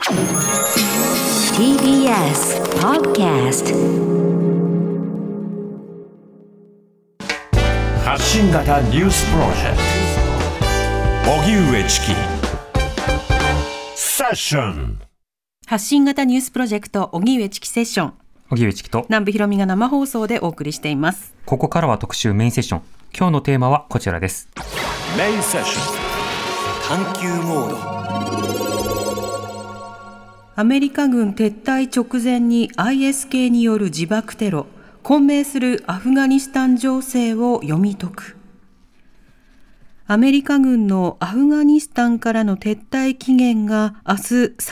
TBS Podcast 発信型ニュースプロジェクト荻上チキセッション。 発信型ニュースプロジェクト荻上チキセッション。 荻上チキと南部ひろみが生放送でお送りしています。 ここからは特集メインセッション。今日のテーマはこちらです。 メインセッション探求モード。 アメリカ軍撤退直前に IS 系による自爆テロ、混迷するアフガニスタン情勢を読み解く。アメリカ軍のアフガニスタンからの撤退期限が明日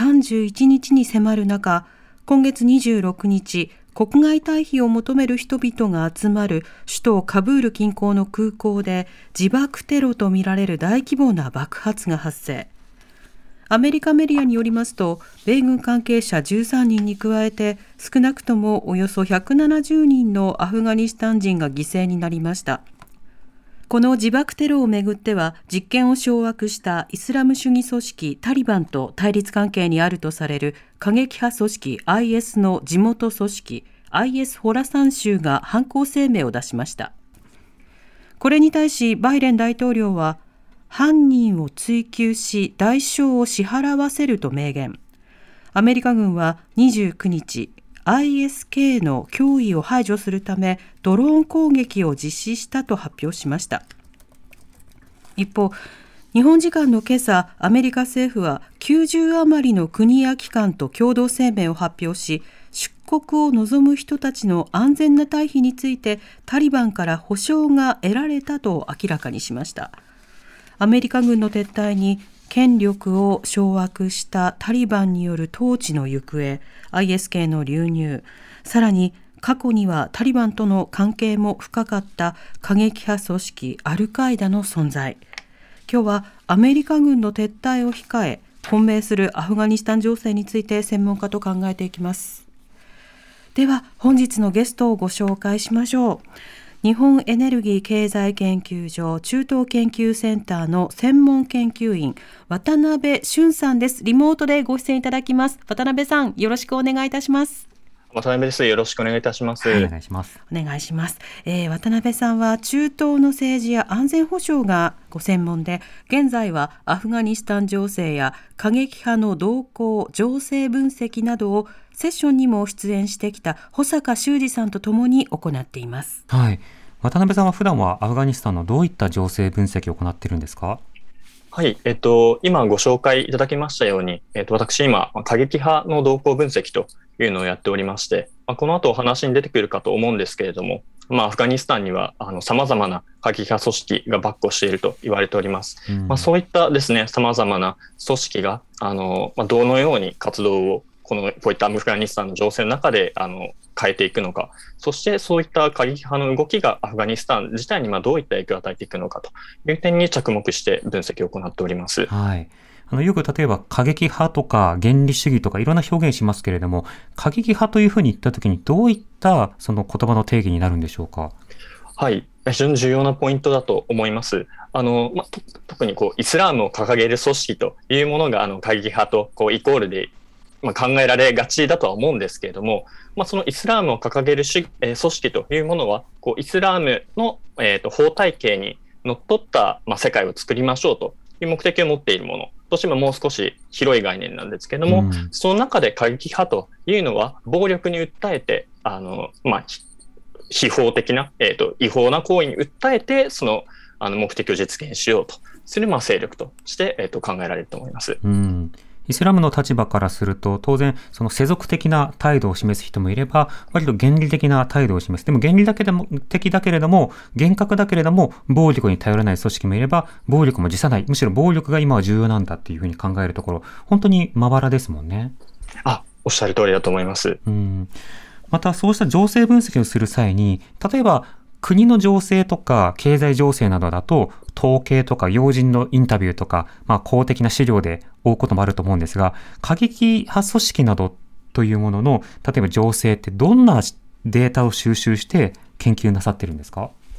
31日に迫る中、今月26日、国外退避を求める人々が集まる首都カブール近郊の空港で自爆テロとみられる大規模な爆発が発生。アメリカメディアによりますと、米軍関係者13人に加えて少なくともおよそ170人のアフガニスタン人が犠牲になりました。この自爆テロをめぐっては、実権を掌握したイスラム主義組織タリバンと対立関係にあるとされる過激派組織 IS の地元組織 IS ホラサン州が犯行声明を出しました。これに対しバイデン大統領は、犯人を追及し代償を支払わせると明言。アメリカ軍は29日、ISK の脅威を排除するためドローン攻撃を実施したと発表しました。一方、日本時間の今朝、アメリカ政府は90余りの国や機関と共同声明を発表し、出国を望む人たちの安全な退避についてタリバンから保証が得られたと明らかにしました。アメリカ軍の撤退に権力を掌握したタリバンによる統治の行方、IS 系の流入、さらに過去にはタリバンとの関係も深かった過激派組織アルカイダの存在。今日はアメリカ軍の撤退を控え、混迷するアフガニスタン情勢について専門家と考えていきます。では本日のゲストをご紹介しましょう。日本エネルギー経済研究所中東研究センターの専門研究員渡辺俊さんです。リモートでご出演いただきます。渡辺さん、よろしくお願いいたします。 渡辺です。よろしくお願いいたします。 お願いします。 お願いします。渡辺さんは中東の政治や安全保障がご専門で、現在はアフガニスタン情勢や過激派の動向、情勢分析などをセッションにも出演してきた保坂修司さんとともに行っています。 はい。渡辺さんは普段はアフガニスタンのどういった情勢分析を行っているんですか？ はい、今ご紹介いただきましたように、私今過激派の動向分析というのをやっておりまして、この後お話に出てくるかと思うんですけれども、アフガニスタンには様々な過激派組織が跋扈していると言われております。そういったですね、様々な組織がどのように活動をこういったアフガニスタンの情勢の中で変えていくのか、そしてそういった過激派の動きがアフガニスタン自体にどういった影響を与えていくのかという点に着目して分析を行っております。 はい。よく例えば過激派とか原理主義とかいろんな表現しますけれども、過激派というふうに言ったときにどういったその言葉の定義になるんでしょうか？ はい、非常に重要なポイントだと思います。特にイスラームを掲げる組織というものが過激派とイコールで考えられがちだとは思うんですけれども、そのイスラームを掲げる組織というものはイスラームの、法体系にのっとった、世界を作りましょうという目的を持っているものとしてもう少し広い概念なんですけれども、その中で過激派というのは暴力に訴えて非法的な、違法な行為に訴えてその目的を実現しようとする勢力として、考えられると思います。 イスラムの立場からすると、当然その世俗的な態度を示す人もいれば、割と原理的な態度を示す。でも原理的だけれども、厳格だけれども、暴力に頼らない組織もいれば、暴力も辞さない。むしろ暴力が今は重要なんだっていうふうに考えるところ、本当にまばらですもんね。 おっしゃる通りだと思います。 またそうした情勢分析をする際に、例えば国の情勢とか経済情勢などだと、統計とか要人のインタビューとか、公的な資料で追うこともあると思うんですが、過激派組織などというものの、例えば情勢ってどんなデータを収集して研究なさってるんですか？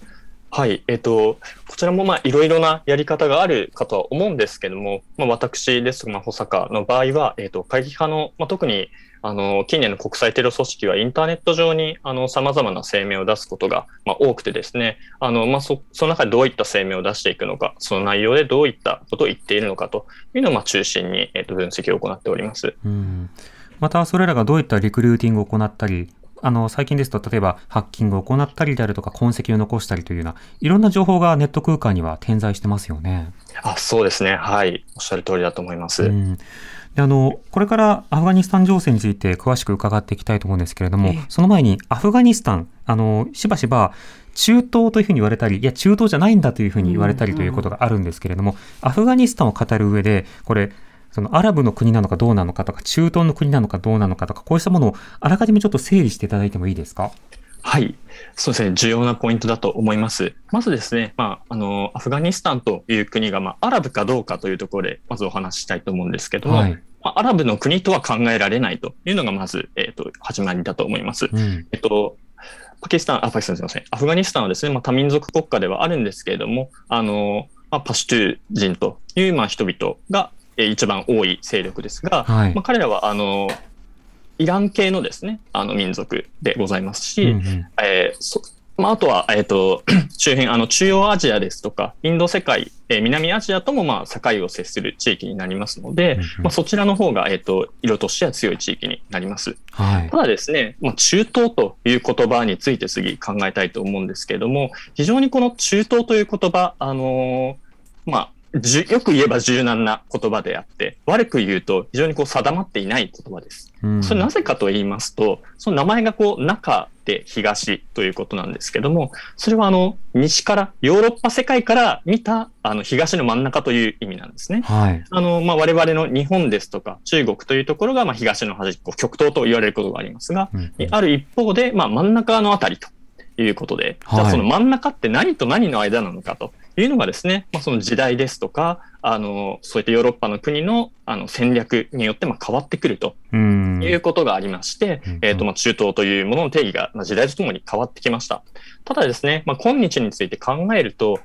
はい、こちらもいろいろなやり方があるかとは思うんですけども、私ですとか、保坂の場合は、過激派の、特に近年の国際テロ組織はインターネット上に様々な声明を出すことが多くてですね、その中でどういった声明を出していくのか、その内容でどういったことを言っているのかというのを中心に分析を行っております。 またそれらがどういったリクルーティングを行ったり、最近ですと例えばハッキングを行ったりであるとか痕跡を残したりというようないろんな情報がネット空間には点在してますよね。 そうですね。はい。おっしゃる通りだと思います。 でこれからアフガニスタン情勢について詳しく伺っていきたいと思うんですけれども、その前にアフガニスタン、しばしば中東というふうに言われたり、いや中東じゃないんだというふうに言われたりということがあるんですけれども、アフガニスタンを語る上でこれそのアラブの国なのかどうなのかとか中東の国なのかどうなのかとか、こうしたものをあらかじめちょっと整理していただいてもいいですか。 はい、そうですね。重要なポイントだと思います。まずですね、アフガニスタンという国がアラブかどうかというところでまずお話ししたいと思うんですけども、アラブの国とは考えられないというのがまず、始まりだと思います。アフガニスタンはですね、多民族国家ではあるんですけれども、パシュトゥ人という人々が一番多い勢力ですが、彼らはイラン系のですね民族でございますし、あとは、周辺中央アジアですとかインド世界、南アジアとも境を接する地域になりますので、そちらの方が、色としては強い地域になります。ただですね、中東という言葉について次考えたいと思うんですけれども、非常にこの中東という言葉、よく言えば柔軟な言葉であって、悪く言うと非常に定まっていない言葉です。それなぜかと言いますと、その名前が中で東ということなんですけども、それは西からヨーロッパ世界から見た東の真ん中という意味なんですね。我々の日本ですとか中国というところが東の端っこ、極東と言われることがありますが、ある一方で真ん中のあたりということで、じゃあその真ん中って何と何の間なのかというのがですね、その時代ですとかそういったヨーロッパの国の戦略によって変わってくるということがありまして、中東というものの定義が時代とともに変わってきました。ただですね、今日について考えると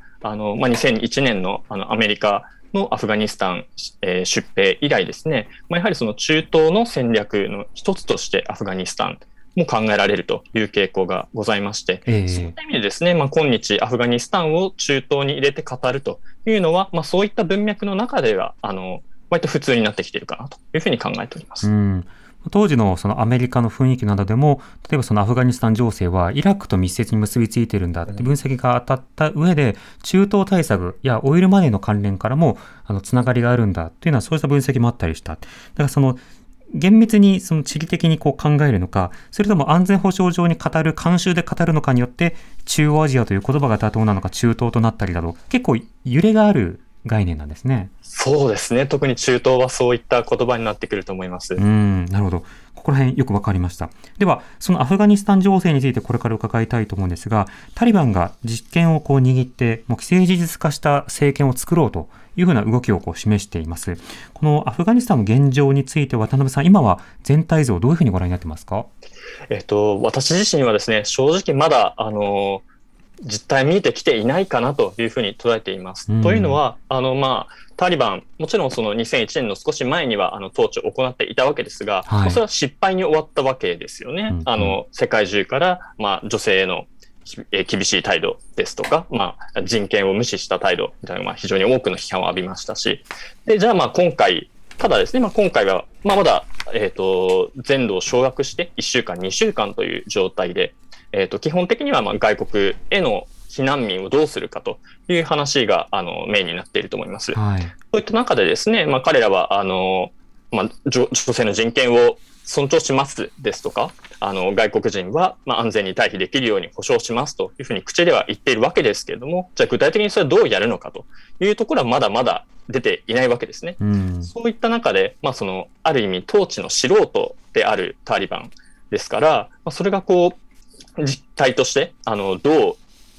2001年のアメリカのアフガニスタン、出兵以来ですね、やはりその中東の戦略の一つとしてアフガニスタンも考えられるという傾向がございまして、そういった意味でですね、今日アフガニスタンを中東に入れて語るというのは、そういった文脈の中では割と普通になってきているかなというふうに考えております。 当時のそのアメリカの雰囲気などでも、例えばそのアフガニスタン情勢はイラクと密接に結びついているんだって分析が当たった上で、中東対策やオイルマネーの関連からもつながりがあるんだというのは、そうした分析もあったりした。だからその厳密にその地理的に考えるのか、それとも安全保障上に語る、慣習で語るのかによって中央アジアという言葉が妥当なのか中東となったりだと、結構揺れがある概念なんですね。 そうですね。特に中東はそういった言葉になってくると思います。 なるほど。ここら辺よくわかりました。では、そのアフガニスタン情勢についてこれから伺いたいと思うんですが、タリバンが実権を握って、もう既成事実化した政権を作ろうというふうな動きを示しています。このアフガニスタンの現状について渡辺さん、今は全体像どういうふうにご覧になってますか？ 私自身はですね、正直まだ実態見えてきていないかなというふうに捉えています。というのはタリバン、もちろんその2001年の少し前には統治を行っていたわけですが、それは失敗に終わったわけですよね。世界中から女性への厳しい態度ですとか、人権を無視した態度みたいなのが非常に多くの批判を浴びましたし、でじゃあ今回、ただですね、今回はまだ全土を掌握して1週間2週間という状態で、基本的には外国への避難民をどうするかという話がメインになっていると思います。そういった中でですね、彼らは女性の人権を尊重しますですとか、外国人は安全に退避できるように保障しますというふうに口では言っているわけですけれども、じゃあ具体的にそれはどうやるのかというところはまだまだ出ていないわけですね。そういった中で、ある意味統治の素人であるタリバンですから、それが実態としてどう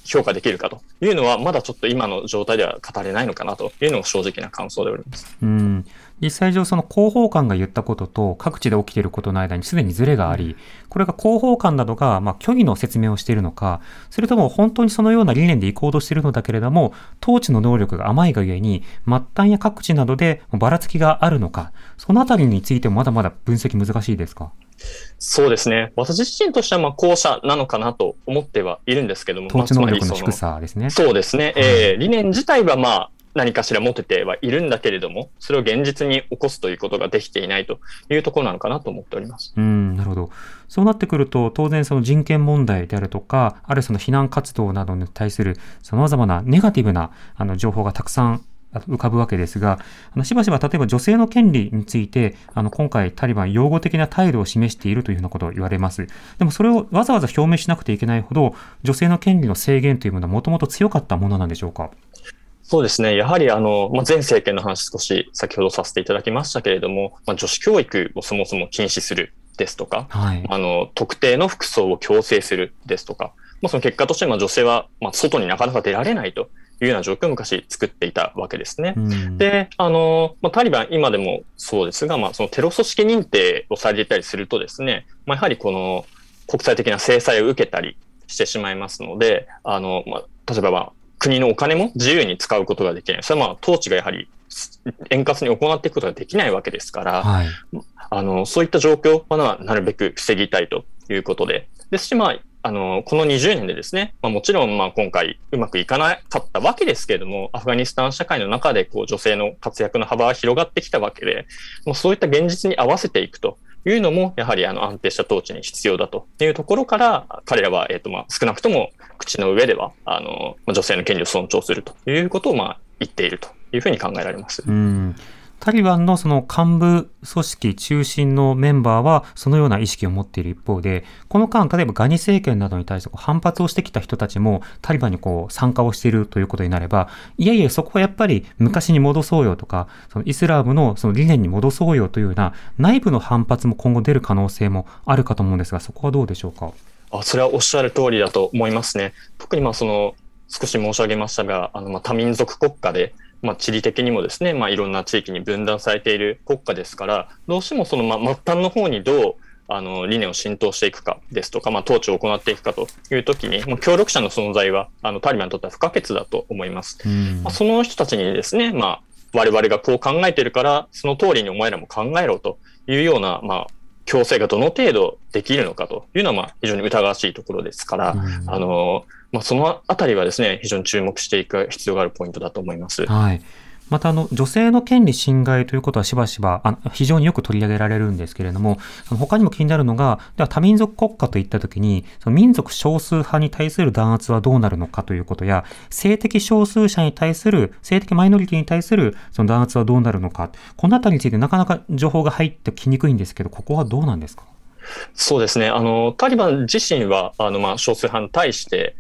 評価できるかというのは、まだちょっと今の状態では語れないのかなというのが正直な感想でおります。 実際上、その広報官が言ったことと各地で起きていることの間にすでにズレがあり、これが広報官などが虚偽の説明をしているのか、それとも本当にそのような理念で行こうとしているのだけれども、統治の能力が甘いがゆえに、末端や各地などでばらつきがあるのか、そのあたりについてもまだまだ分析難しいですか？ そうですね。私自身としては後者なのかなと思ってはいるんですけども、 統治能力の低さですね。 そうですね。理念自体は何かしら持ててはいるんだけれども、それを現実に起こすということができていないというところなのかなと思っております。 なるほど。そうなってくると、当然その人権問題であるとか、あるいはその非難活動などに対する様々なネガティブな情報がたくさん浮かぶわけですが、しばしば例えば女性の権利について、今回タリバン擁護的な態度を示しているというふうなことを言われます。でもそれをわざわざ表明しなくてはいけないほど、女性の権利の制限というものはもともと強かったものなんでしょうか？ そうですね。やはり前政権の話少し先ほどさせていただきましたけれども、女子教育をそもそも禁止するですとか、特定の服装を強制するですとか、その結果として女性は外になかなか出られないというような状況を昔作っていたわけですね。で、タリバン今でもそうですが、そのテロ組織認定をされていたりするとですね、やはりこの国際的な制裁を受けたりしてしまいますので、例えば国のお金も自由に使うことができない。それは統治がやはり円滑に行っていくことができないわけですから、そういった状況はなるべく防ぎたいということで、ですし、この20年でですね、もちろん今回うまくいかなかったわけですけれども、アフガニスタン社会の中で女性の活躍の幅は広がってきたわけで、そういった現実に合わせていくというのも、やはり安定した統治に必要だというところから、彼らは、少なくとも口の上では、女性の権利を尊重するということを言っているというふうに考えられます。 タリバンのその幹部組織中心のメンバーはそのような意識を持っている一方で、この間、例えばガニ政権などに対して反発をしてきた人たちもタリバンに参加をしているということになれば、いやいやそこはやっぱり昔に戻そうよとか、そのイスラムのその理念に戻そうよというような内部の反発も今後出る可能性もあるかと思うんですが、そこはどうでしょうか？ それはおっしゃる通りだと思いますね。特に少し申し上げましたが、多民族国家で、地理的にもですね、いろんな地域に分断されている国家ですから、どうしてもその末端の方にどう理念を浸透していくかですとか、統治を行っていくかというときに、協力者の存在はタリバンにとっては不可欠だと思います。その人たちにですね、我々がこう考えているから、その通りにお前らも考えろというような、強制がどの程度できるのかというのは非常に疑わしいところですから、そのあたりはですね、非常に注目していく必要があるポイントだと思います。 また女性の権利侵害ということはしばしば非常によく取り上げられるんですけれども、他にも気になるのが、では多民族国家といったときに、その民族少数派に対する弾圧はどうなるのかということや、性的少数者に対する、性的マイノリティに対するその弾圧はどうなるのか、このあたりについてなかなか情報が入ってきにくいんですけど、ここはどうなんですか？ そうですね。タリバン自身は少数派に対して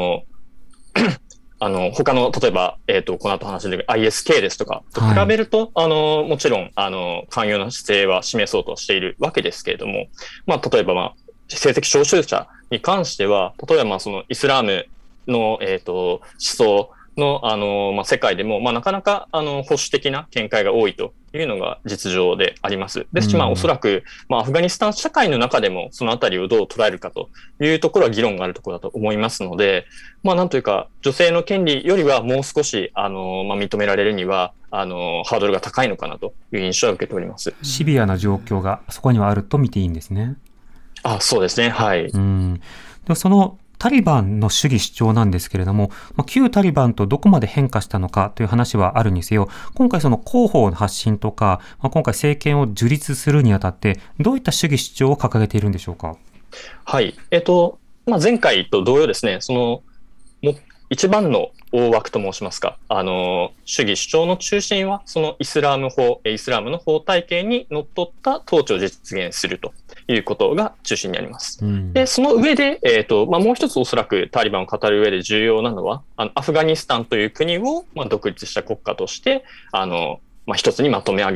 他の、例えば、この後話で ISK ですとかと比べると、もちろん、寛容な姿勢は示そうとしているわけですけれども、例えば、性的少数者に関しては、例えば、そのイスラムの、思想の、世界でも、なかなか、保守的な見解が多いというのが実情であります。ですし、おそらく、アフガニスタン社会の中でも、そのあたりをどう捉えるかというところは議論があるところだと思いますので、なんというか、女性の権利よりはもう少し、認められるには、ハードルが高いのかなという印象は受けております。 シビアな状況がそこにはあると見ていいんですね。 そうですね。はい。 でそのタリバンの主義主張なんですけれども、旧タリバンとどこまで変化したのかという話はあるにせよ、今回その広報の発信とか、今回政権を樹立するにあたって、どういった主義主張を掲げているんでしょうか？ はい。前回と同様ですね、一番の大枠と申しますか、主義主張の中心は、そのイスラムの法体系にのっとった統治を実現するということが中心にあります。で、その上で、もう一つおそらくタリバンを語る上で重要なのは、アフガニスタンという国を、独立した国家として、一つにまとめ上げると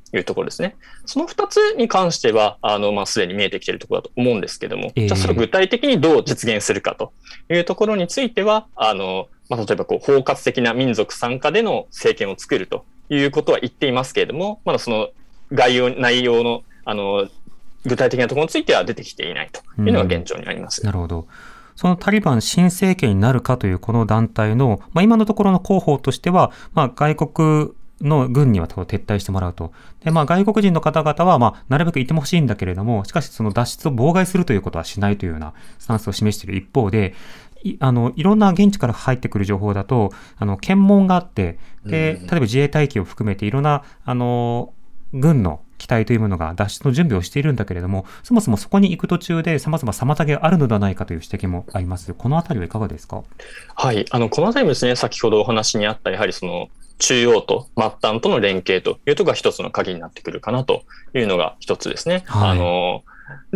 いうところですね。その2つに関しては、すでに見えてきているところだと思うんですけども、じゃあそれを具体的にどう実現するかというところについては、例えば包括的な民族参加での政権を作るということは言っていますけれども、まだその内容の、具体的なところについては出てきていないというのが現状にあります。 なるほど。そのタリバン新政権になるかというこの団体の、今のところの候補としては、外国の軍には撤退してもらうと。で、外国人の方々は、なるべくいても欲しいんだけれども、しかしその脱出を妨害するということはしないというようなスタンスを示している一方で、いろんな現地から入ってくる情報だと、検問があって、で、例えば自衛隊機を含めていろんな、軍の機体というものが脱出の準備をしているんだけれども、そもそもそこに行く途中で様々妨げがあるのではないかという指摘もあります。このあたりはいかがですか？ はい、このあたりもですね、先ほどお話にあったやはりその中央と末端との連携というところが一つの鍵になってくるかなというのが一つですね。はい、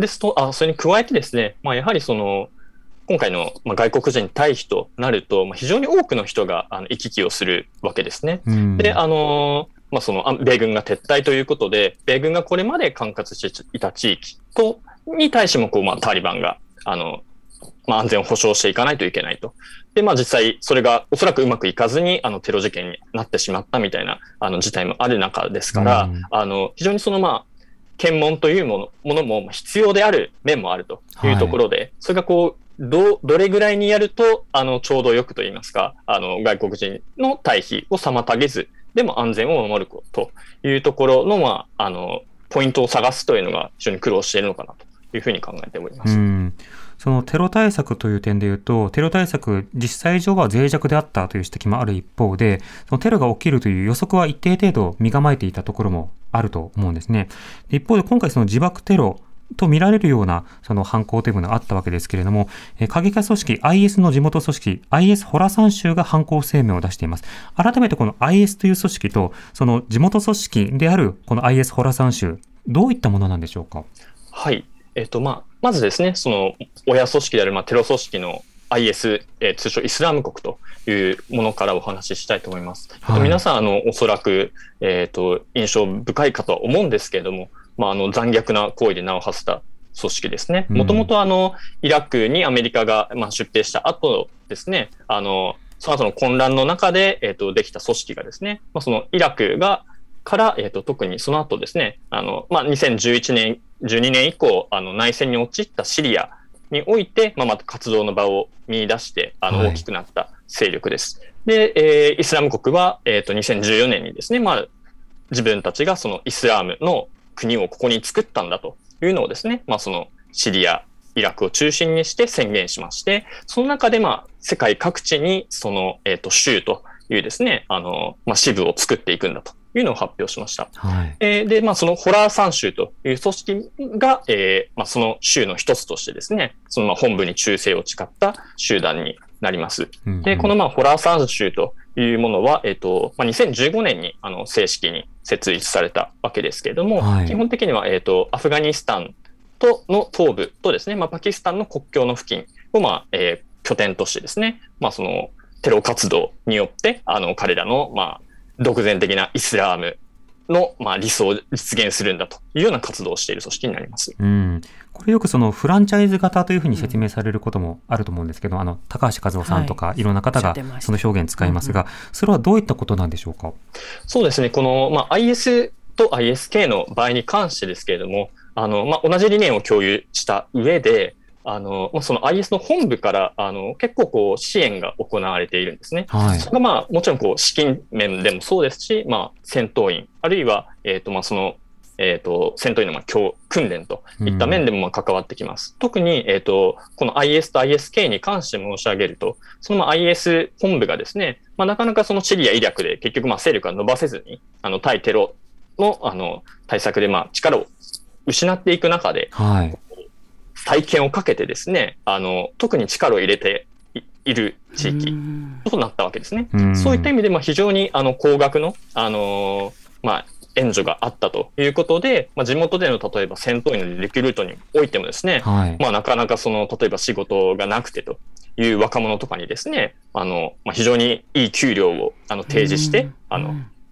ですと、それに加えてですね、やはりその今回の外国人退避となると、非常に多くの人が行き来をするわけですね。で、その米軍が撤退ということで、米軍がこれまで管轄していた地域に対してもタリバンが安全を保障していかないといけないと。で、実際それがおそらくうまくいかずにテロ事件になってしまったみたいな事態もある中ですから、非常にその検問というものも必要である面もあるというところで、それがどれぐらいにやるとちょうどよくといいますか、外国人の退避を妨げず、でも安全を守るというところの、ポイントを探すというのが非常に苦労しているのかなというふうに考えております。 そのテロ対策という点でいうと、テロ対策実際上は脆弱であったという指摘もある一方で、そのテロが起きるという予測は一定程度身構えていたところもあると思うんですね。一方で今回その自爆テロと見られるようなその犯行というものがあったわけですけれども、過激派組織 IS の地元組織 IS ホラサン州が犯行声明を出しています。改めてこの IS という組織とその地元組織であるこの IS ホラサン州、どういったものなんでしょうか？ はい。まずですね、その親組織であるテロ組織の IS、通称イスラム国というものからお話ししたいと思います。皆さんおそらく、印象深いかとは思うんですけれども、残虐な行為で名を馳せた組織ですね。もともとイラクにアメリカが出兵した後ですね、その後の混乱の中で、できた組織がですね、そのイラクから、特にその後ですね、2011年、12年以降、内戦に陥ったシリアにおいて、また活動の場を見出して、大きくなった勢力です。で、イスラム国は、2014年にですね、自分たちがそのイスラムの国をここに作ったんだというのをですね、そのシリア、イラクを中心にして宣言しまして、その中で世界各地にその、州というですね、支部を作っていくんだというのを発表しました。で、そのホラーサン州という組織が、その州の一つとしてですね、その本部に忠誠を誓った集団になります。で、このホラーサン州というものは、2015年に正式に設立されたわけですけれども、基本的には、アフガニスタンの東部とですね、パキスタンの国境の付近を、拠点としてですね、そのテロ活動によって、彼らの、独善的なイスラームの、理想を実現するんだというような活動をしている組織になります。 これよくそのフランチャイズ型というふうに説明されることもあると思うんですけど、高橋和夫さんとかいろんな方がその表現使いますが、それはどういったことなんでしょうか？ そうですね、この、IS と ISK の場合に関してですけれども、同じ理念を共有した上で、その IS の本部から結構支援が行われているんですね。それがもちろん資金面でもそうですし、戦闘員あるいはその戦闘員の訓練といった面でも関わってきます。特にこの IS と ISK に関して申し上げると、そのIS 本部がですね、なかなかそのシリア、イラクで結局勢力が伸ばせずに対テロの対策で力を失っていく中で、再建をかけてですね、特に力を入れている地域となったわけですね。そういった意味で非常に高額の援助があったということで、地元での例えば戦闘員のリクルートにおいてもですね、なかなか例えば仕事がなくてという若者とかにですね、非常にいい給料を提示して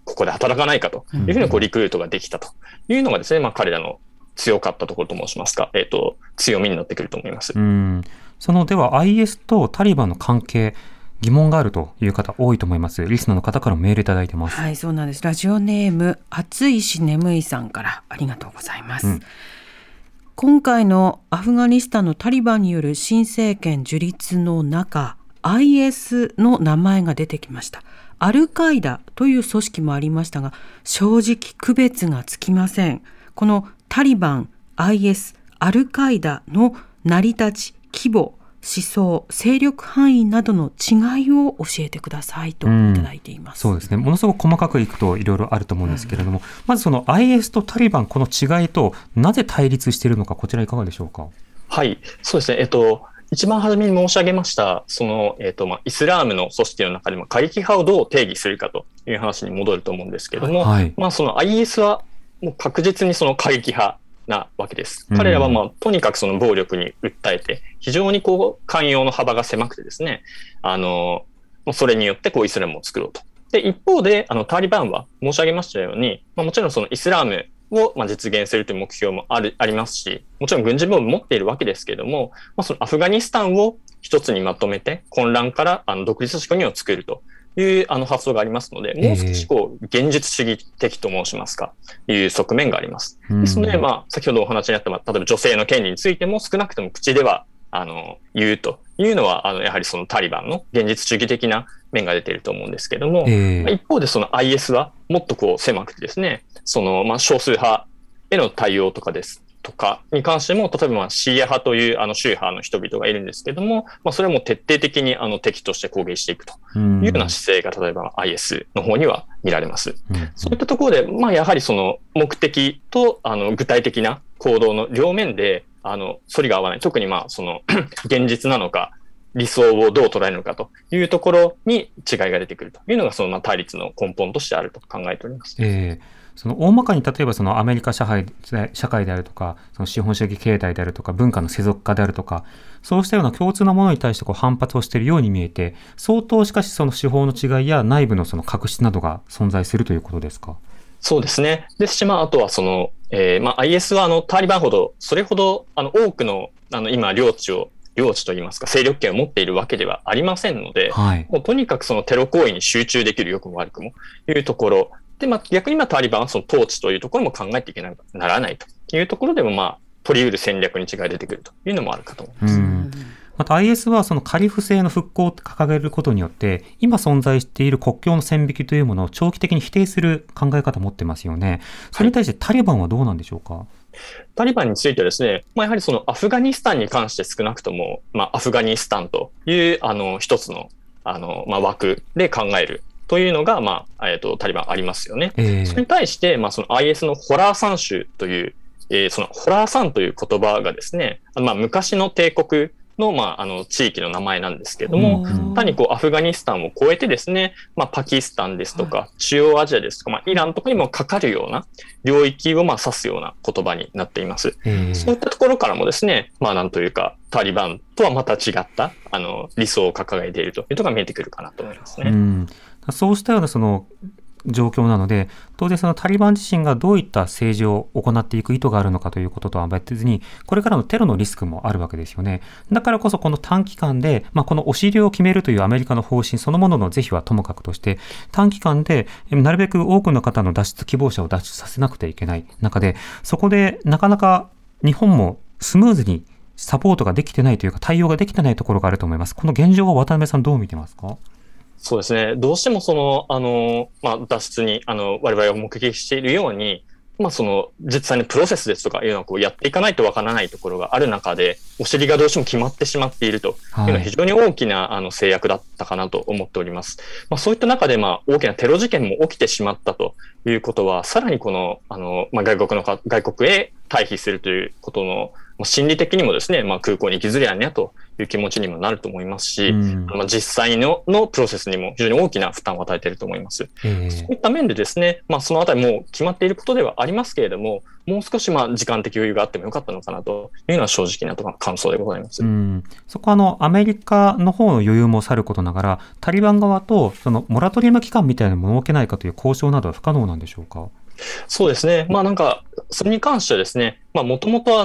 ここで働かないかというふうにリクルートができたというのがですね、彼らの強かったところと申しますか、強みになってくると思います。 では IS とタリバンの関係、疑問があるという方多いと思います。リスナーの方からメールいただいてます。 はい、そうなんです。ラジオネーム暑いし眠いさんからありがとうございます。今回のアフガニスタンのタリバンによる新政権樹立の中、IS の名前が出てきました。アルカイダという組織もありましたが、正直区別がつきません。このタリバン、IS、アルカイダの成り立ち、規模、思想、勢力範囲などの違いを教えてくださいといただいています。 そうですね。ものすごく細かくいくといろいろあると思うんですけれども、まずその IS とタリバン、この違いとなぜ対立しているのか、こちらいかがでしょうか。 はい、そうですね。一番初めに申し上げましたその、イスラームの組織の中でも過激派をどう定義するかという話に戻ると思うんですけれども、その IS はもう確実にその過激派なわけです。彼らはとにかくその暴力に訴えて、非常に寛容の幅が狭くてですね、それによってイスラムを作ろうと。で、一方でタリバンは申し上げましたように、もちろんそのイスラムを実現するという目標もありますし、もちろん軍事部門も持っているわけですけれども、そのアフガニスタンを一つにまとめて混乱から独立仕組みを作るという発想がありますので、もう少し現実主義的と申しますか、いう側面があります。ですので、先ほどお話にあった、例えば女性の権利についても少なくとも口では言うというのはやはりそのタリバンの現実主義的な面が出ていると思うんですけれども、一方でその IS はもっと狭くてですね、その少数派への対応とかに関しても、例えばシーア派という宗派の人々がいるんですけども、それはもう徹底的に敵として攻撃していくというような姿勢が例えば IS の方には見られます。そういったところで、やはりその目的と具体的な行動の両面で反りが合わない。特にその現実なのか理想をどう捉えるのかというところに違いが出てくるというのがその対立の根本としてあると考えております。 その大まかに例えばそのアメリカ社会であるとか、その資本主義経済であるとか、文化の世俗化であるとか、そうしたような共通のものに対して反発をしているように見えて、相当しかしその手法の違いや内部のその確執などが存在するということですか。 そうですね。ですし、あとはその、IS はタリバンほど、それほど多くの今領地といいますか、勢力圏を持っているわけではありませんので、もうとにかくそのテロ行為に集中できる良くも悪くもいうところで、逆にタリバンはその統治というところも考えていけならないというところでも、取り得る戦略に違いが出てくるというのもあるかと思います。 また IS はそのカリフ制の復興を掲げることによって、今存在している国境の線引きというものを長期的に否定する考え方を持ってますよね。それに対してタリバンはどうなんでしょうか。 タリバンについてはですね、やはりそのアフガニスタンに関して少なくとも、アフガニスタンという一つの枠で考えるというのが、タリバンありますよね。それに対して、その IS のホラーサン州という、そのホラーサンという言葉がですね、昔の帝国の、地域の名前なんですけれども、単にアフガニスタンを超えてですね、パキスタンですとか、中央アジアですとか、イランとかにもかかるような領域を指すような言葉になっています。そういったところからもですね、なんというか、タリバンとはまた違った、理想を掲げているというのが見えてくるかなと思いますね。 そうしたようなその状況なので、当然そのタリバン自身がどういった政治を行っていく意図があるのかということとは別に、これからのテロのリスクもあるわけですよね。だからこそこの短期間で、この押し入れを決めるというアメリカの方針そのものの是非はともかくとして、短期間でなるべく多くの方の脱出希望者を脱出させなくてはいけない中で、そこでなかなか日本もスムーズにサポートができてないというか、対応ができてないところがあると思います。この現状は渡辺さんどう見てますか。 そうですね。どうしてもその、脱出に、我々が目撃しているように、その、実際にプロセスですとかいうのをやっていかないとわからないところがある中で、お尻がどうしても決まってしまっているというのは非常に大きな、制約だったかなと思っております。そういった中で、大きなテロ事件も起きてしまったということは、さらにこの、外国へ退避するということの、 心理的にもですね、空港に行きづらいねという気持ちにもなると思いますし、実際のプロセスにも非常に大きな負担を与えていると思います。そういった面でですね、そのあたりもう決まっていることではありますけれども、もう少し時間的余裕があってもよかったのかなというのは正直な感想でございます。 そこはアメリカの方の余裕もさることながら、タリバン側とそのモラトリアム期間みたいなものを設けないかという交渉などは不可能なんでしょうか。 そうですね。それに関してはですね、もともと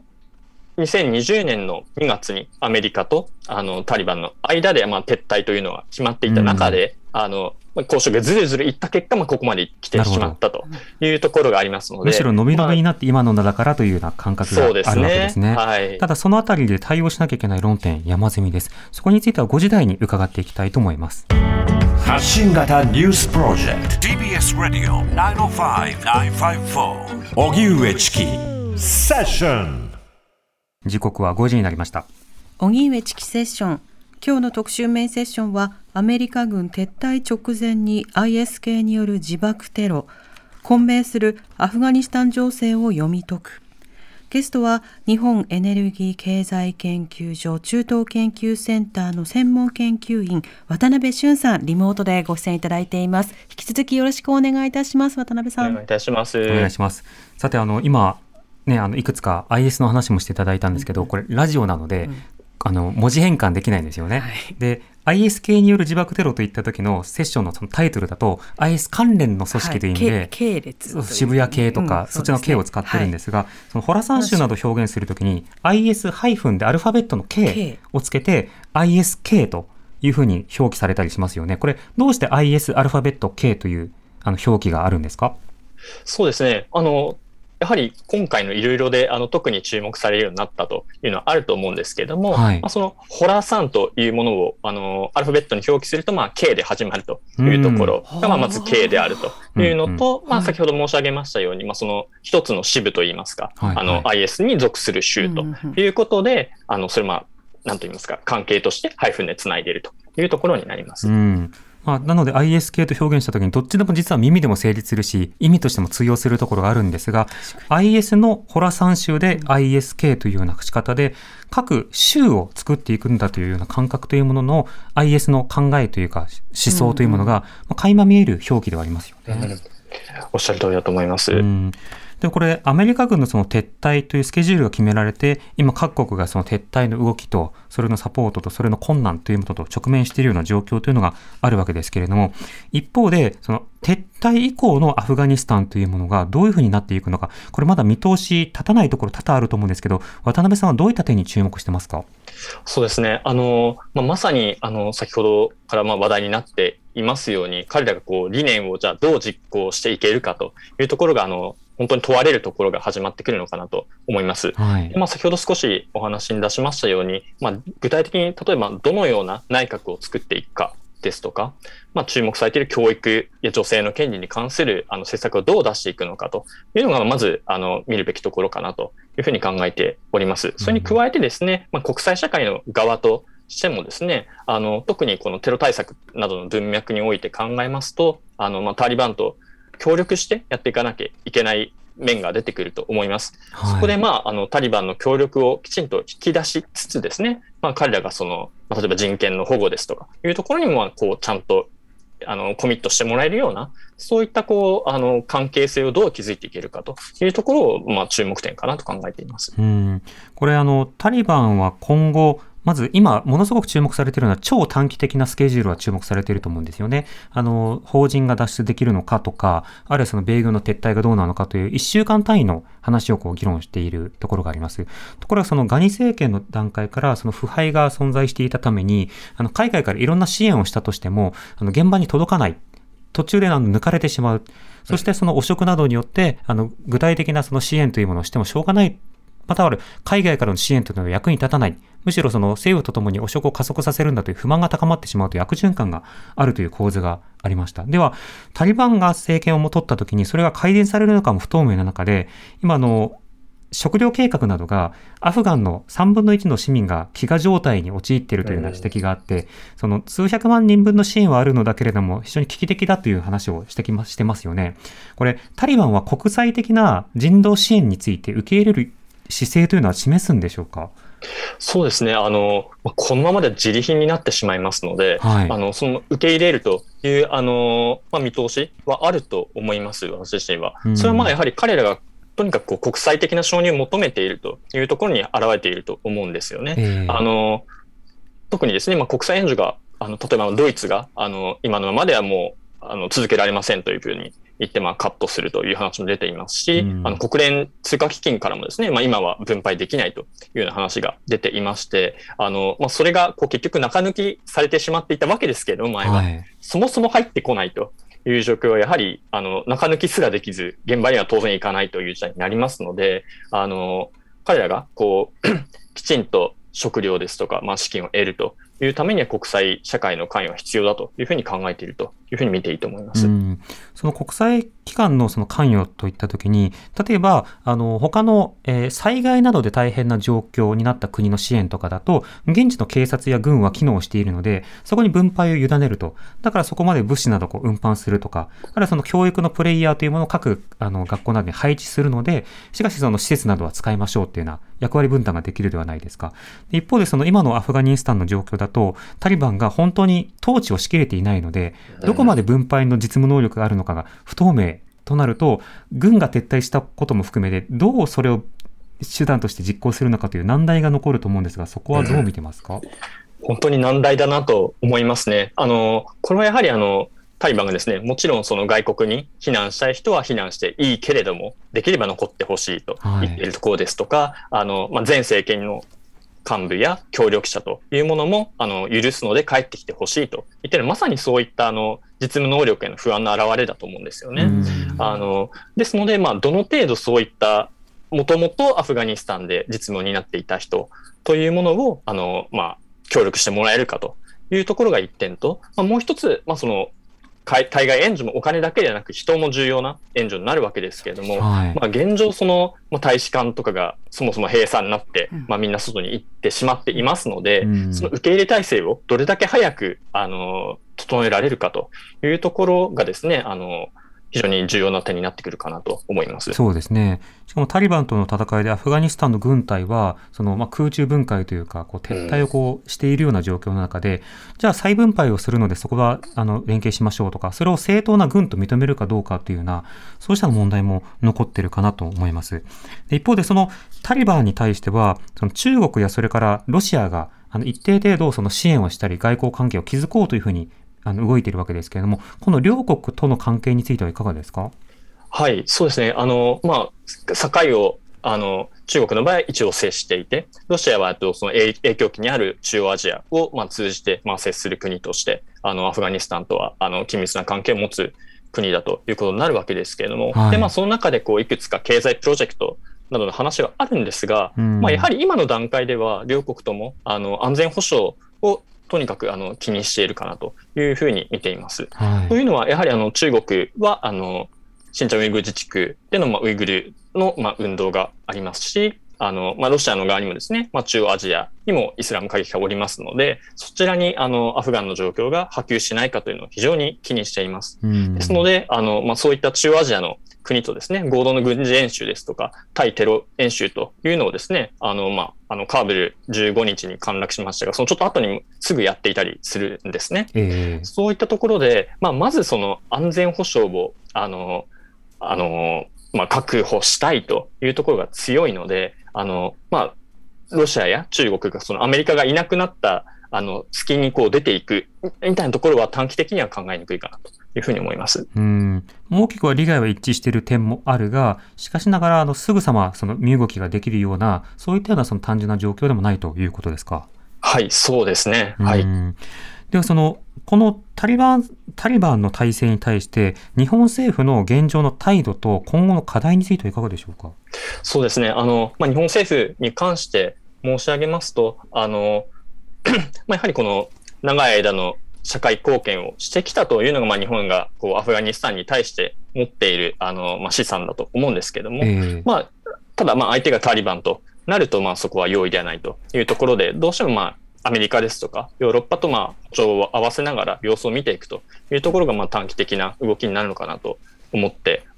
2020年の2月にアメリカとタリバンの間で撤退というのが決まっていた中で、交渉がずるずるいった結果、ここまで来てしまったというところがありますので、 むしろ伸び伸びになって今のだからというような感覚があるわけですね。ただそのあたりで対応しなきゃいけない論点山積みです。そこについては5時台に伺っていきたいと思います。 発信型ニュースプロジェクト TBS ラディオ905-954荻上チキセッション。 時刻は5時になりました。 荻上チキセッション。今日の特集メインセッションはアメリカ軍撤退直前に IS 系による自爆テロ、混迷するアフガニスタン情勢を読み解く。ゲストは日本エネルギー経済研究所中東研究センターの専門研究員渡辺俊さん、リモートでご出演いただいています。引き続きよろしくお願いいたします。渡辺さん、 お願いいたします。 お願いします。さて今ね、いくつか IS の話もしていただいたんですけど、これラジオなので、文字変換できないんですよね。で IS 系による自爆テロといった時のセッションのそのタイトルだと IS 関連の組織という意味で、 系列渋谷系とか、そっちの系を使ってるんですが、そのホラサン州などを表現するときに IS ハイフンでアルファベットの K をつけて ISK というふうに表記されたりしますよね。これどうして IS アルファベット K という表記があるんですか？ そうですね。やはり今回のいろいろで特に注目されるようになったというのはあると思うんですけれども、そのホラーサンというものをアルファベットに表記するとK で始まるというところがまず K であるというのと、先ほど申し上げましたように、その一つの支部といいますか、IS に属する州ということで、それ何と言いますか、関係としてハイフンでつないでいるというところになります。 なので IS 系と表現したときにどっちでも実は耳でも成立するし意味としても通用するところがあるんですが、 IS のホラサン州で ISK というような仕方で各州を作っていくんだというような感覚というものの IS の考えというか思想というものが垣間見える表記ではありますよね。 おっしゃる通りだと思います。 でこれアメリカ軍のその撤退というスケジュールが決められて、今各国がその撤退の動きとそれのサポートとそれの困難というものと直面しているような状況というのがあるわけですけれども、一方でその撤退以降のアフガニスタンというものがどういうふうになっていくのか、これまだ見通し立たないところ多々あると思うんですけど、渡辺さんはどういった点に注目してますか？ そうですね。まさに先ほどから話題になっていますように、彼らが理念をじゃあどう実行していけるかというところが本当に問われるところが始まってくるのかなと思います。先ほど少しお話に出しましたように、具体的に例えばどのような内閣を作っていくかですとか、注目されている教育や女性の権利に関する施策をどう出していくのかというのがまず見るべきところかなというふうに考えております。それに加えてですね、国際社会の側としてもですね、特にこのテロ対策などの文脈において考えますと、タリバンと協力してやっていかなきゃいけない面が出てくると思います。そこでタリバンの協力をきちんと引き出しつつですね、彼らが例えば人権の保護ですとかいうところにもちゃんとコミットしてもらえるような、そういった関係性をどう築いていけるかというところを注目点かなと考えています。 これタリバンは今後まず今ものすごく注目されているのは超短期的なスケジュールは注目されていると思うんですよね。邦人が脱出できるのかとか、あるいはその米軍の撤退がどうなのかという1週間単位の話を議論しているところがあります。ところがそのガニ政権の段階からその腐敗が存在していたために、海外からいろんな支援をしたとしても現場に届かない、途中で抜かれてしまう。そしてその汚職などによって具体的なその支援というものをしてもしょうがない、または海外からの支援というのは役に立たない、むしろその政府とともに汚職を加速させるんだという不満が高まってしまうという悪循環があるという構図がありました。ではタリバンが政権を取ったときにそれが改善されるのかも不透明な中で、今食糧計画などがアフガンの3分の1の市民が飢餓状態に陥っているというような指摘があって、その数百万人分の支援はあるのだけれども非常に危機的だという話をしてますよね。これタリバンは国際的な人道支援について受け入れる姿勢というのは示すんでしょうか？ そうですね。このままでは自利品になってしまいますので、その受け入れるという、見通しはあると思います、私自身は。それはやはり彼らがとにかく国際的な承認を求めているというところに現れていると思うんですよね。特にですね、国際援助が、例えばドイツが、今のままではもう、続けられませんというふうに言って、カットするという話も出ていますし、国連通貨基金からもですね、今は分配できないというような話が出ていまして、それが結局中抜きされてしまっていたわけですけれども、前は、そもそも入ってこないという状況はやはり、中抜きすらできず、現場には当然行かないという事態になりますので、彼らがきちんと食料ですとか、資金を得るというためには国際社会の関与が必要だというふうに考えているというふうに見ていいと思います。 その国際機関のその関与といったときに、例えば他の、災害などで大変な状況になった国の支援とかだと、現地の警察や軍は機能しているので、そこに分配を委ねると。だからそこまで物資など運搬するとか、あるいはその教育のプレイヤーというものを各学校などに配置するので、しかしその施設などは使いましょうっていうような役割分担ができるではないですか。一方でその今のアフガニスタンの状況だと、タリバンが本当に統治をしきれていないので、どこまで分配の実務能力があるのかが不透明となると、軍が撤退したことも含めてどうそれを手段として実行するのかという難題が残ると思うんですが、そこはどう見てますか？ 本当に難題だなと思いますね。これはやはりタリバンがですね、もちろんその外国に避難したい人は避難していいけれども、できれば残ってほしいと言っているところですとか、前政権の幹部や協力者というものも許すので帰ってきてほしいと言っている、まさにそういった実務能力への不安の表れだと思うんですよね。ですので、どの程度そういったもともとアフガニスタンで実務を担っていた人というものを協力してもらえるかというところが一点と、もう一つ、その対外援助もお金だけではなく人も重要な援助になるわけですけれども、現状その、大使館とかがそもそも閉鎖になって、みんな外に行ってしまっていますので、その受け入れ体制をどれだけ早く整えられるかというところがですね、非常に重要な点になってくるかなと思います。 そうですね。しかもタリバンとの戦いでアフガニスタンの軍隊はその空中分解というか撤退をしているような状況の中で、じゃあ再分配をするのでそこは連携しましょうとか、それを正当な軍と認めるかどうかというようなそうした問題も残っているかなと思います。で一方でそのタリバンに対してはその中国やそれからロシアが一定程度その支援をしたり外交関係を築こうというふうに動いているわけですけれども、この両国との関係についてはいかがですか？ はい、そうですね。境を中国の場合は一応接していて、ロシアはその影響期にある中央アジアを通じて接する国としてアフガニスタンとは緊密な関係を持つ国だということになるわけですけれども、でその中でいくつか経済プロジェクトなどの話はあるんですが、やはり今の段階では両国とも安全保障をとにかく気にしているかなというふうに見ています。というのはやはり中国は新疆ウイグル自治区でのウイグルの運動がありますし、ロシアの側にもですね、中央アジアにもイスラム過激派がおりますので、そちらにアフガンの状況が波及しないかというのを非常に気にしています。ですのでそういった中央アジアの国とですね、合同の軍事演習ですとか対テロ演習というのをですね、カーブル15日に陥落しましたが、そのちょっと後にすぐやっていたりするんですね。そういったところで、まずその安全保障を確保したいというところが強いので、ロシアや中国がそのアメリカがいなくなった隙に出ていくみたいなところは短期的には考えにくいかなというふうに思います。 大きくは利害は一致している点もあるが、しかしながらすぐさまその身動きができるようなそういったようなその単純な状況でもないということですか？ はい、そうですね。はい。 ではこのタリバンの体制に対して日本政府の現状の態度と今後の課題についてはいかがでしょうか？ そうですね。日本政府に関して申し上げますと、やはりこの長い間の社会貢献をしてきたというのが、日本がアフガニスタンに対して持っている資産だと思うんですけども、ただ相手がタリバンとなるとそこは容易ではないというところで、どうしてもアメリカですとかヨーロッパと歩調を合わせながら様子を見ていくというところが短期的な動きになるのかなと思って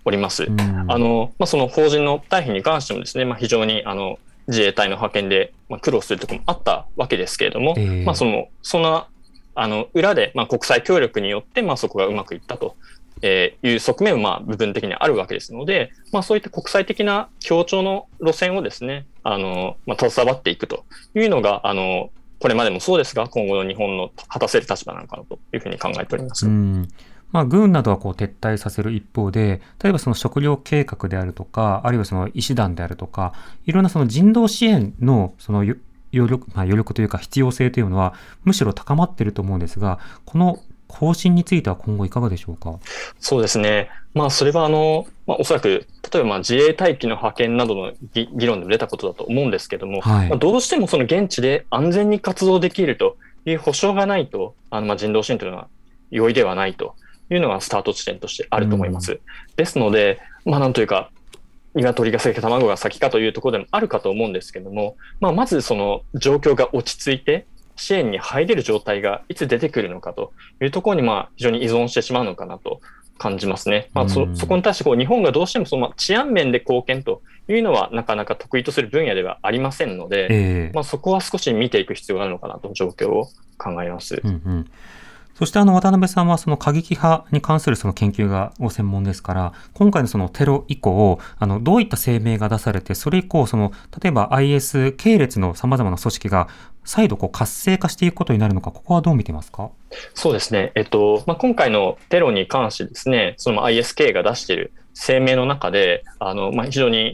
おります。その邦人の退避に関してもですね、非常に自衛隊の派遣で苦労するところもあったわけですけれども、その裏で国際協力によってそこがうまくいったという側面も部分的にあるわけですので、そういった国際的な協調の路線をですね、携わっていくというのがこれまでもそうですが、今後の日本の果たせる立場なのかなというふうに考えております。 軍などは撤退させる一方で、例えばその食糧計画であるとか、あるいはその医師団であるとか、いろんなその人道支援のその余力というか必要性というのはむしろ高まっていると思うんですが、この方針については今後いかがでしょうか。 そうですね。それはおそらく例えば自衛隊機の派遣などの議論でも出たことだと思うんですけども、どうしてもその現地で安全に活動できるという保証がないと、人道支援というのは容易ではないというのがスタート地点としてあると思います。ですので、なんというか、鶏が先か卵が先かというところでもあるかと思うんですけども、まずその状況が落ち着いて、支援に入れる状態がいつ出てくるのかというところに非常に依存してしまうのかなと感じますね。そこに対して日本がどうしてもその治安面で貢献というのはなかなか得意とする分野ではありませんので、そこは少し見ていく必要があるのかなと状況を考えます。 そして渡辺さんはその過激派に関するその研究がご専門ですから、今回のそのテロ以降、どういった声明が出されて、それ以降例えば IS 系列のさまざまな組織が再度活性化していくことになるのか、ここはどう見てますか。 そうですね。今回のテロに関してですね、その ISK が出している声明の中で、非常に、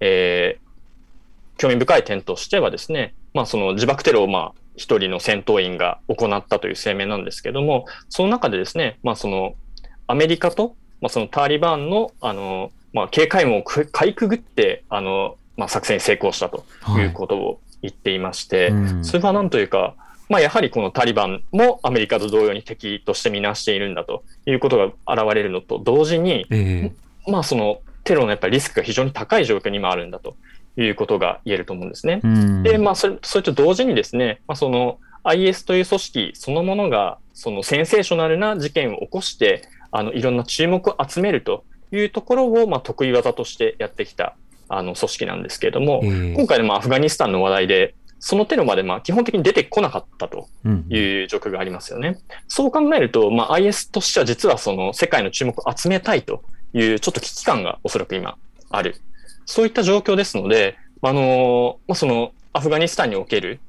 興味深い点としてはですね、その自爆テロを一人の戦闘員が行ったという声明なんですけども、その中でですね、そのアメリカと、そのタリバンの警戒網をかいくぐって作戦に成功したということを言っていまして、それはなんというか、やはりこのタリバンもアメリカと同様に敵として見なしているんだということが現れるのと同時に、そのテロのやっぱりリスクが非常に高い状況に今あるんだということが言えると思うんですね。で、それと同時にですね、その IS という組織そのものがそのセンセーショナルな事件を起こしていろんな注目を集めるというところを得意技としてやってきた組織なんですけれども、今回のアフガニスタンの話題でそのテロまで基本的に出てこなかったという状況がありますよね。そう考えると、IS としては実はその世界の注目を集めたいというちょっと危機感がおそらく今ある。そういった状況ですので、そのアフガニスタンにおける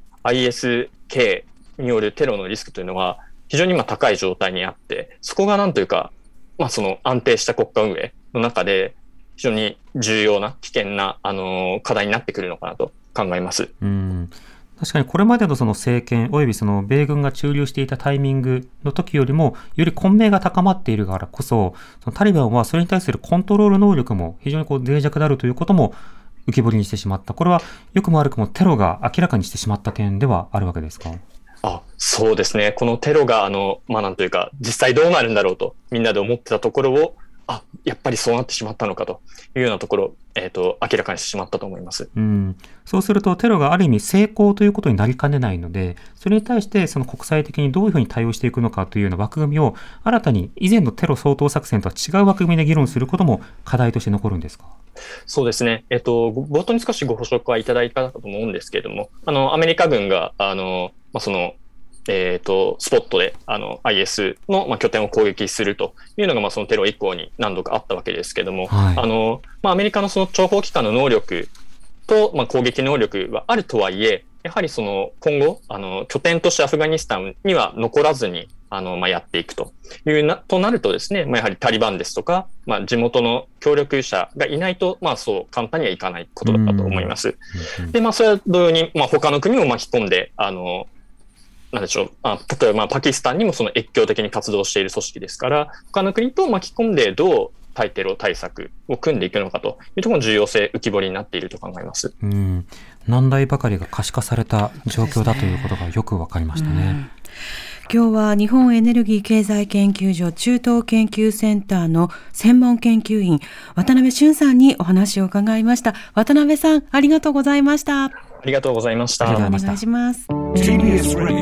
ISK によるテロのリスクというのは非常に高い状態にあって、そこがなんというか、その安定した国家運営の中で非常に重要な危険な課題になってくるのかなと考えます。 確かにこれまでのその政権およびその米軍が駐留していたタイミングの時よりもより混迷が高まっているからこそ、そのタリバンはそれに対するコントロール能力も非常に脆弱であるということも浮き彫りにしてしまった。これは良くも悪くもテロが明らかにしてしまった点ではあるわけですか。 そうですね。このテロがなんというか実際どうなるんだろうとみんなで思ってたところをやっぱりそうなってしまったのかというようなところ、明らかにしてしまったと思います。 そうするとテロがある意味成功ということになりかねないので、それに対してその国際的にどういうふうに対応していくのかというような枠組みを新たに以前のテロ掃討作戦とは違う枠組みで議論することも課題として残るんですか。 そうですね。冒頭に少しご紹介いただいたと思うんですけれども、アメリカ軍がそのスポットでIS の拠点を攻撃するというのがそのテロ以降に何度かあったわけですけども、アメリカのその諜報機関の能力と攻撃能力はあるとはいえ、やはりその今後拠点としてアフガニスタンには残らずにやっていくとなるとですね、やはりタリバンですとか地元の協力者がいないとそう簡単にはいかないことだったと思います。でそれは同様に他の国を巻き込んでなんでしょう、例えばパキスタンにもその越境的に活動している組織ですから、他の国と巻き込んでどう対テロ対策を組んでいくのかというところの重要性浮き彫りになっていると考えます。 難題ばかりが可視化された状況だということがよく分かりましたね。 今日は日本エネルギー経済研究所中東研究センターの専門研究員渡辺俊さんにお話を伺いました。渡辺さん、ありがとうございました。 ありがとうございました。 お願いします。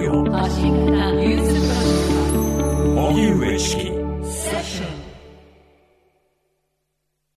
TBS Radio 荻上チキ